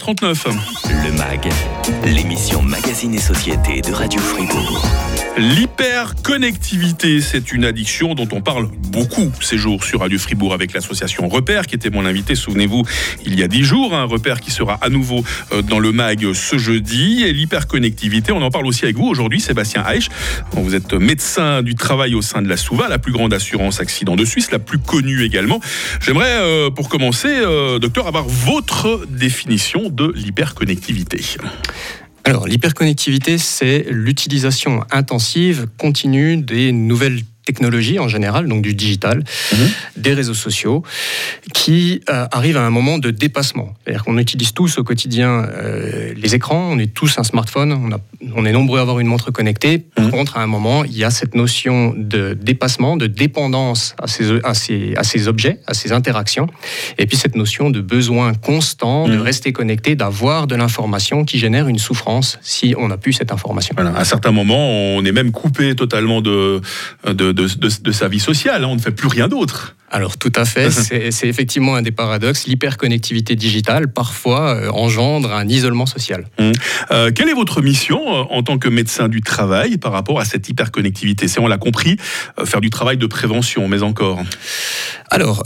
7h39. Le MAG, l'émission Magazine et Société de Radio Fribourg. L'hyperconnectivité, c'est une addiction dont on parle beaucoup ces jours sur Radio Fribourg avec l'association Repère qui était mon invité, souvenez-vous, il y a 10 jours. Un Repère qui sera à nouveau dans le MAG ce jeudi. Et l'hyperconnectivité, on en parle aussi avec vous aujourd'hui, Sébastien Heich. Vous êtes médecin du travail au sein de la SUVA, la plus grande assurance accident de Suisse, la plus connue également. J'aimerais, pour commencer, docteur, avoir votre définition de l'hyperconnectivité. Alors, l'hyperconnectivité, c'est l'utilisation intensive, continue des nouvelles technologies en général, donc du digital, des réseaux sociaux, qui arrivent à un moment de dépassement. C'est-à-dire qu'on utilise tous au quotidien les écrans, on est tous un smartphone, on est nombreux à avoir une montre connectée. Par contre, à un moment, il y a cette notion de dépassement, de dépendance à ces objets, à ces interactions, et puis cette notion de besoin constant de rester connecté, d'avoir de l'information qui génère une souffrance si on n'a plus cette information. Voilà. À certains moments, on est même coupé totalement de sa vie sociale, on ne fait plus rien d'autre. Alors tout à fait, c'est effectivement un des paradoxes. L'hyperconnectivité digitale parfois engendre un isolement social. Quelle est votre mission en tant que médecin du travail par rapport à cette hyperconnectivité ? On l'a compris, faire du travail de prévention, mais encore. Alors,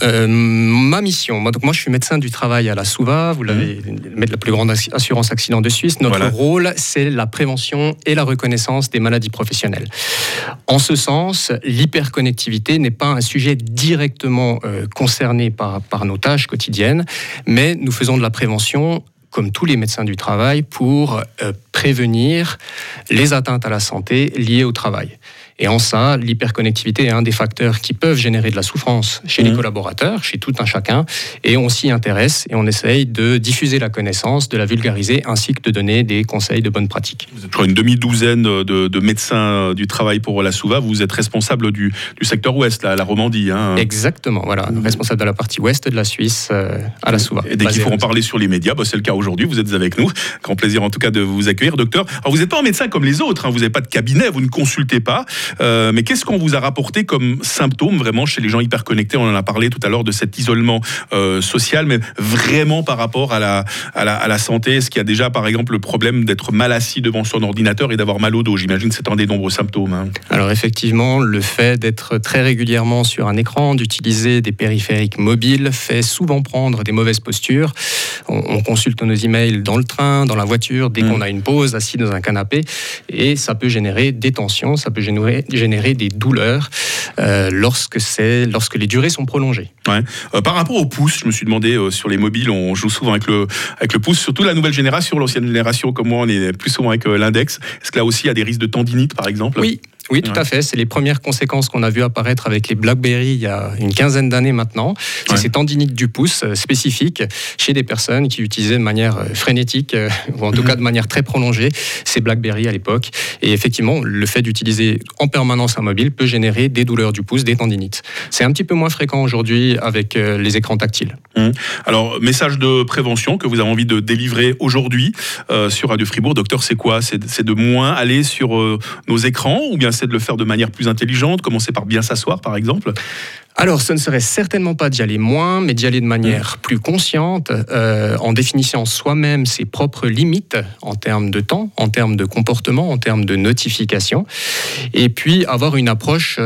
ma mission, moi je suis médecin du travail à la SUVA, vous l'avez, la plus grande assurance accident de Suisse. Notre rôle, c'est la prévention et la reconnaissance des maladies professionnelles. En ce sens, l'hyperconnectivité n'est pas un sujet directement concerné par nos tâches quotidiennes, mais nous faisons de la prévention comme tous les médecins du travail pour prévenir les atteintes à la santé liées au travail. Et en ça, l'hyperconnectivité est un des facteurs qui peuvent générer de la souffrance chez les collaborateurs, chez tout un chacun, et on s'y intéresse et on essaye de diffuser la connaissance, de la vulgariser, ainsi que de donner des conseils de bonnes pratiques. Vous êtes, je crois, une demi-douzaine de médecins du travail pour la SUVA. Vous êtes responsable du secteur ouest, la Romandie. Exactement, voilà, responsable de la partie ouest de la Suisse à la SUVA. Et dès qu'il faut en parler sur les médias, c'est le cas aujourd'hui, vous êtes avec nous. Grand plaisir en tout cas de vous accueillir, docteur. Alors vous n'êtes pas un médecin comme les autres, vous n'avez pas de cabinet, vous ne consultez pas. Mais qu'est-ce qu'on vous a rapporté comme symptômes vraiment chez les gens hyperconnectés ? On en a parlé tout à l'heure de cet isolement social, mais vraiment par rapport à la santé. Est-ce qu'il y a déjà par exemple le problème d'être mal assis devant son ordinateur et d'avoir mal au dos ? J'imagine que c'est un des nombreux symptômes. Alors effectivement, le fait d'être très régulièrement sur un écran, d'utiliser des périphériques mobiles, fait souvent prendre des mauvaises postures. On consulte nos emails dans le train, dans la voiture, dès qu'on a une pause, assis dans un canapé, et ça peut générer des tensions, ça peut générer des douleurs lorsque les durées sont prolongées. Par rapport au pouce, je me suis demandé, sur les mobiles, on joue souvent avec le pouce, surtout la nouvelle génération, l'ancienne génération comme moi, on est plus souvent avec l'index. Est-ce que là aussi il y a des risques de tendinite par exemple ? Oui, tout à fait. C'est les premières conséquences qu'on a vues apparaître avec les BlackBerry il y a une quinzaine d'années maintenant. C'est ces tendinites du pouce spécifiques chez des personnes qui utilisaient de manière frénétique, ou en tout cas de manière très prolongée, ces BlackBerry à l'époque. Et effectivement, le fait d'utiliser en permanence un mobile peut générer des douleurs du pouce, des tendinites. C'est un petit peu moins fréquent aujourd'hui avec les écrans tactiles. Alors, message de prévention que vous avez envie de délivrer aujourd'hui sur Radio Fribourg, docteur, c'est quoi ? C'est de moins aller sur nos écrans, ou bien c'est de le faire de manière plus intelligente, commencer par bien s'asseoir par exemple ? Alors, ce ne serait certainement pas d'y aller moins, mais d'y aller de manière plus consciente, en définissant soi-même ses propres limites en termes de temps, en termes de comportement, en termes de notification, et puis avoir une approche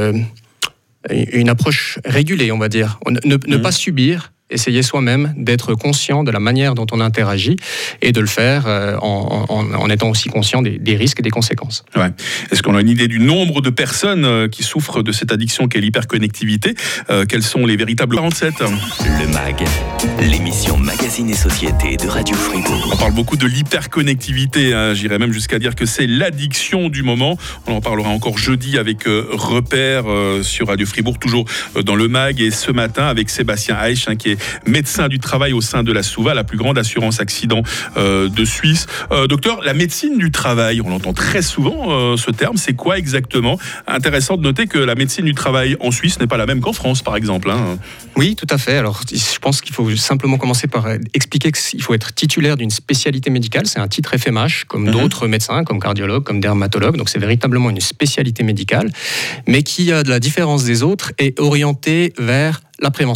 régulée, on va dire. Ne pas subir. Essayer soi-même d'être conscient de la manière dont on interagit et de le faire en étant aussi conscient des risques et des conséquences. Est-ce qu'on a une idée du nombre de personnes qui souffrent de cette addiction qu'est l'hyperconnectivité ? Quels sont les véritables 47 ? Le MAG, l'émission Magazine et Société de Radio Fribourg. On parle beaucoup de l'hyperconnectivité, j'irais même jusqu'à dire que c'est l'addiction du moment. On en parlera encore jeudi avec Repère sur Radio Fribourg, toujours dans le MAG, et ce matin avec Sébastien Heich, qui est médecin du travail au sein de la SUVA, la plus grande assurance accident de Suisse. Docteur, la médecine du travail, on entend très souvent ce terme, c'est quoi exactement ? Intéressant de noter que la médecine du travail en Suisse n'est pas la même qu'en France, par exemple. Oui, tout à fait. Alors, je pense qu'il faut simplement commencer par expliquer qu'il faut être titulaire d'une spécialité médicale. C'est un titre FMH, comme d'autres médecins, comme cardiologues, comme dermatologues. Donc, c'est véritablement une spécialité médicale, mais qui, à la différence des autres, est orientée vers la prévention.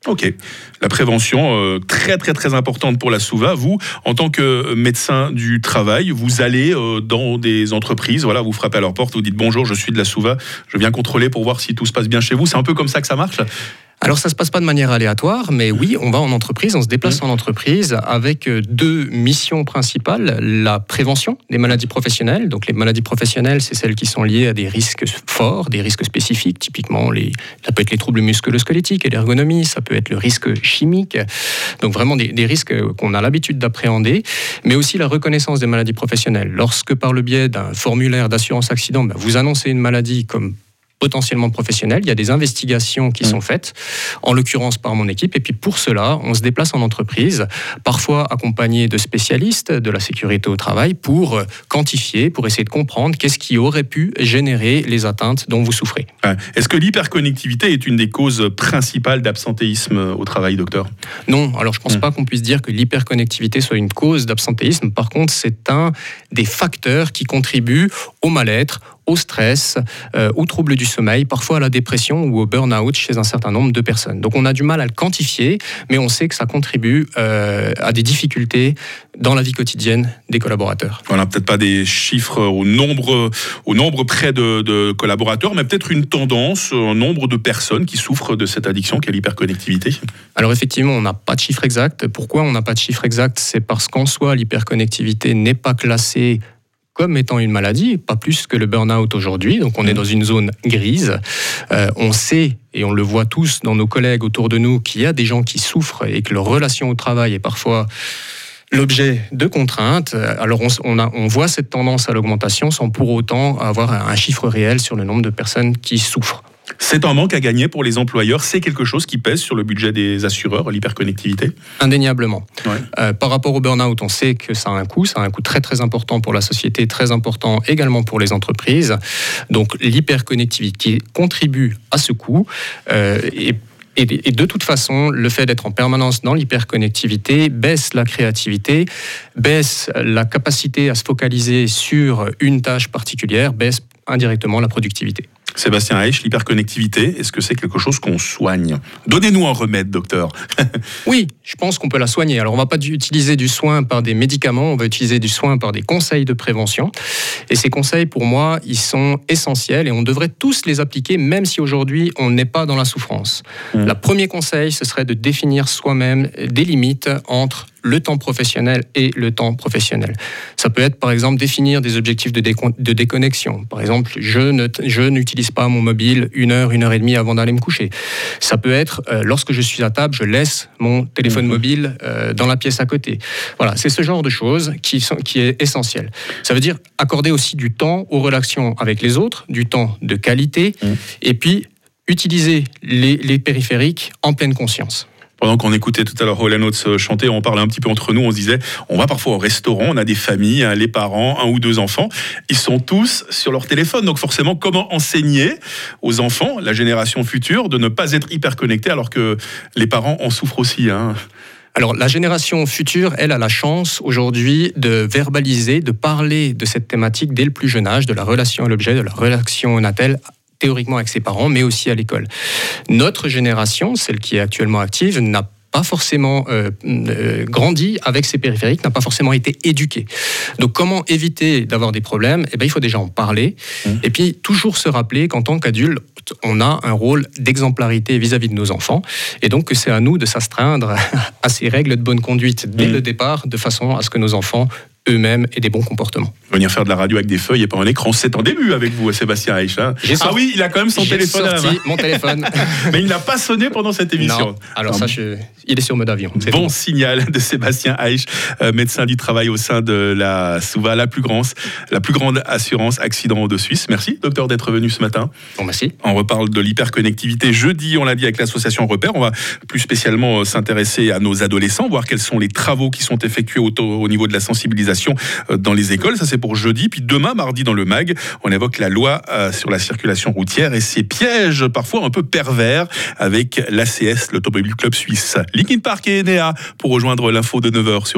Ok, la prévention, très très très importante pour la SOUVA. Vous, en tant que médecin du travail, vous allez dans des entreprises, voilà, vous frappez à leur porte, vous dites bonjour, je suis de la SOUVA, je viens contrôler pour voir si tout se passe bien chez vous. C'est un peu comme ça que ça marche ? Alors ça se passe pas de manière aléatoire, mais oui, on va en entreprise, on se déplace en entreprise avec deux missions principales. La prévention des maladies professionnelles. Donc les maladies professionnelles, c'est celles qui sont liées à des risques forts, des risques spécifiques. Typiquement, ça peut être les troubles musculo-squelettiques et l'ergonomie, ça peut être le risque chimique. Donc vraiment des risques qu'on a l'habitude d'appréhender, mais aussi la reconnaissance des maladies professionnelles. Lorsque par le biais d'un formulaire d'assurance accident, vous annoncez une maladie comme potentiellement professionnels, il y a des investigations qui sont faites, en l'occurrence par mon équipe, et puis pour cela, on se déplace en entreprise, parfois accompagné de spécialistes de la sécurité au travail, pour quantifier, pour essayer de comprendre qu'est-ce qui aurait pu générer les atteintes dont vous souffrez. Est-ce que l'hyperconnectivité est une des causes principales d'absentéisme au travail, docteur ? Non, alors je ne pense pas qu'on puisse dire que l'hyperconnectivité soit une cause d'absentéisme. Par contre, c'est un des facteurs qui contribuent au mal-être, au stress, aux troubles du sommeil, parfois à la dépression ou au burn-out chez un certain nombre de personnes. Donc on a du mal à le quantifier, mais on sait que ça contribue à des difficultés dans la vie quotidienne des collaborateurs. On n'a peut-être pas des chiffres au nombre près de collaborateurs, mais peut-être une tendance, un nombre de personnes qui souffrent de cette addiction qu'est l'hyperconnectivité. Alors effectivement, on n'a pas de chiffre exact. Pourquoi on n'a pas de chiffre exact ? C'est parce qu'en soi, l'hyperconnectivité n'est pas classée comme étant une maladie, pas plus que le burn-out aujourd'hui. Donc on est dans une zone grise. On sait, et on le voit tous dans nos collègues autour de nous, qu'il y a des gens qui souffrent et que leur relation au travail est parfois l'objet de contraintes. Alors on voit cette tendance à l'augmentation sans pour autant avoir un chiffre réel sur le nombre de personnes qui souffrent. C'est un manque à gagner pour les employeurs. C'est quelque chose qui pèse sur le budget des assureurs, l'hyperconnectivité ? Indéniablement. Ouais. Par rapport au burn-out, on sait que ça a un coût très très important pour la société, très important également pour les entreprises. Donc l'hyperconnectivité contribue à ce coût. Et de toute façon, le fait d'être en permanence dans l'hyperconnectivité baisse la créativité, baisse la capacité à se focaliser sur une tâche particulière, baisse indirectement la productivité. Sébastien Haich, l'hyperconnectivité, est-ce que c'est quelque chose qu'on soigne ? Donnez-nous un remède, docteur. Oui, je pense qu'on peut la soigner. Alors, on ne va pas utiliser du soin par des médicaments, on va utiliser du soin par des conseils de prévention. Et ces conseils, pour moi, ils sont essentiels et on devrait tous les appliquer, même si aujourd'hui, on n'est pas dans la souffrance. Le premier conseil, ce serait de définir soi-même des limites entre le temps professionnel et le temps professionnel. Ça peut être, par exemple, définir des objectifs de déconnexion. Par exemple, je n'utilise pas mon mobile 1 heure, 1 heure et demie avant d'aller me coucher. Ça peut être, lorsque je suis à table, je laisse mon téléphone mobile dans la pièce à côté. Voilà, c'est ce genre de choses qui est essentiel. Ça veut dire accorder aussi du temps aux relations avec les autres, du temps de qualité, et puis utiliser les périphériques en pleine conscience. Pendant qu'on écoutait tout à l'heure Hall & Oates chanter, on parlait un petit peu entre nous, on se disait, on va parfois au restaurant, on a des familles, les parents, 1 ou 2 enfants, ils sont tous sur leur téléphone. Donc forcément, comment enseigner aux enfants, la génération future, de ne pas être hyper connectés alors que les parents en souffrent aussi, Alors, la génération future, elle a la chance aujourd'hui de verbaliser, de parler de cette thématique dès le plus jeune âge, de la relation à l'objet, de la relation au natel, théoriquement avec ses parents, mais aussi à l'école. Notre génération, celle qui est actuellement active, n'a pas forcément grandi avec ces périphériques, n'a pas forcément été éduquée. Donc comment éviter d'avoir des problèmes ? Il faut déjà en parler, et puis toujours se rappeler qu'en tant qu'adulte, on a un rôle d'exemplarité vis-à-vis de nos enfants, et donc que c'est à nous de s'astreindre à ces règles de bonne conduite dès le départ, de façon à ce que nos enfants eux-mêmes aient des bons comportements. Venir faire de la radio avec des feuilles et pas un écran, c'est un début avec vous, Sébastien Haich. Ah oui, il a quand même son téléphone à la main. Mon téléphone. Mais il n'a pas sonné pendant cette émission. Non. Alors il est sur mode avion. Bon signal de Sébastien Haich, médecin du travail au sein de la SOUVA, la plus grande assurance accident de Suisse. Merci, docteur, d'être venu ce matin. Bon, merci. On reparle de l'hyperconnectivité jeudi, on l'a dit, avec l'association Repère. On va plus spécialement s'intéresser à nos adolescents, voir quels sont les travaux qui sont effectués au niveau de la sensibilisation dans les écoles. Ça, c'est pour jeudi. Puis demain, mardi, dans le MAG, on évoque la loi sur la circulation routière et ses pièges parfois un peu pervers avec l'ACS, l'Automobile Club Suisse. Linkin Park et Enea pour rejoindre l'info de 9h sur